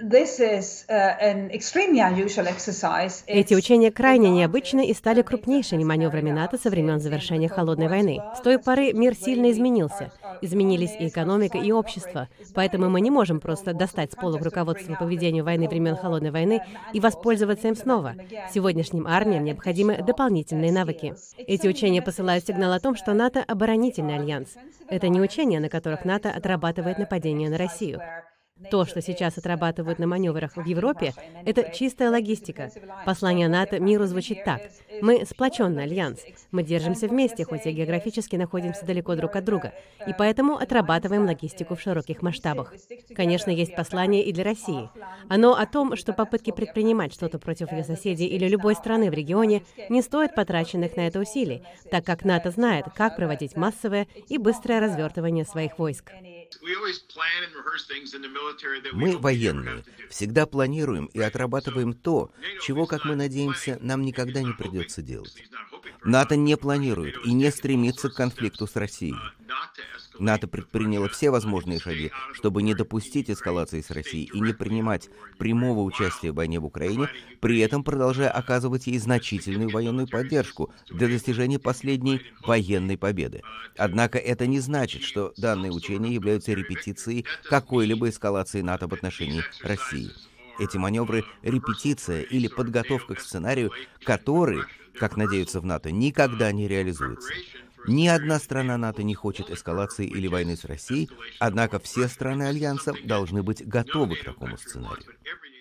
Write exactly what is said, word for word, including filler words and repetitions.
Эти учения крайне необычны и стали крупнейшими маневрами НАТО со времен завершения Холодной войны. С той поры мир сильно изменился. Изменились и экономика, и общество. Поэтому мы не можем просто достать с полок руководства по ведению войны времен Холодной войны и воспользоваться им снова. Сегодняшним армиям необходимы дополнительные навыки. Эти учения посылают сигнал о том, что НАТО — оборонительный альянс. Это не учения, на которых НАТО отрабатывает нападение на Россию. То, что сейчас отрабатывают на маневрах в Европе, это чистая логистика. Послание НАТО миру звучит так: мы сплоченный альянс, мы держимся вместе, хоть и географически находимся далеко друг от друга, и поэтому отрабатываем логистику в широких масштабах. Конечно, есть послание и для России. Оно о том, что попытки предпринимать что-то против ее соседей или любой страны в регионе не стоят потраченных на это усилий, так как НАТО знает, как проводить массовое и быстрое развертывание своих войск. Мы, военные, всегда планируем и отрабатываем то, чего, как мы надеемся, нам никогда не придется делать. НАТО не планирует и не стремится к конфликту с Россией. НАТО предприняло все возможные шаги, чтобы не допустить эскалации с Россией и не принимать прямого участия в войне в Украине, при этом продолжая оказывать ей значительную военную поддержку для достижения последней военной победы. Однако это не значит, что данные учения являются репетицией какой-либо эскалации НАТО в отношении России. Эти маневры — репетиция или подготовка к сценарию, который, как надеются в НАТО, никогда не реализуется. Ни одна страна НАТО не хочет эскалации или войны с Россией, однако все страны Альянса должны быть готовы к такому сценарию.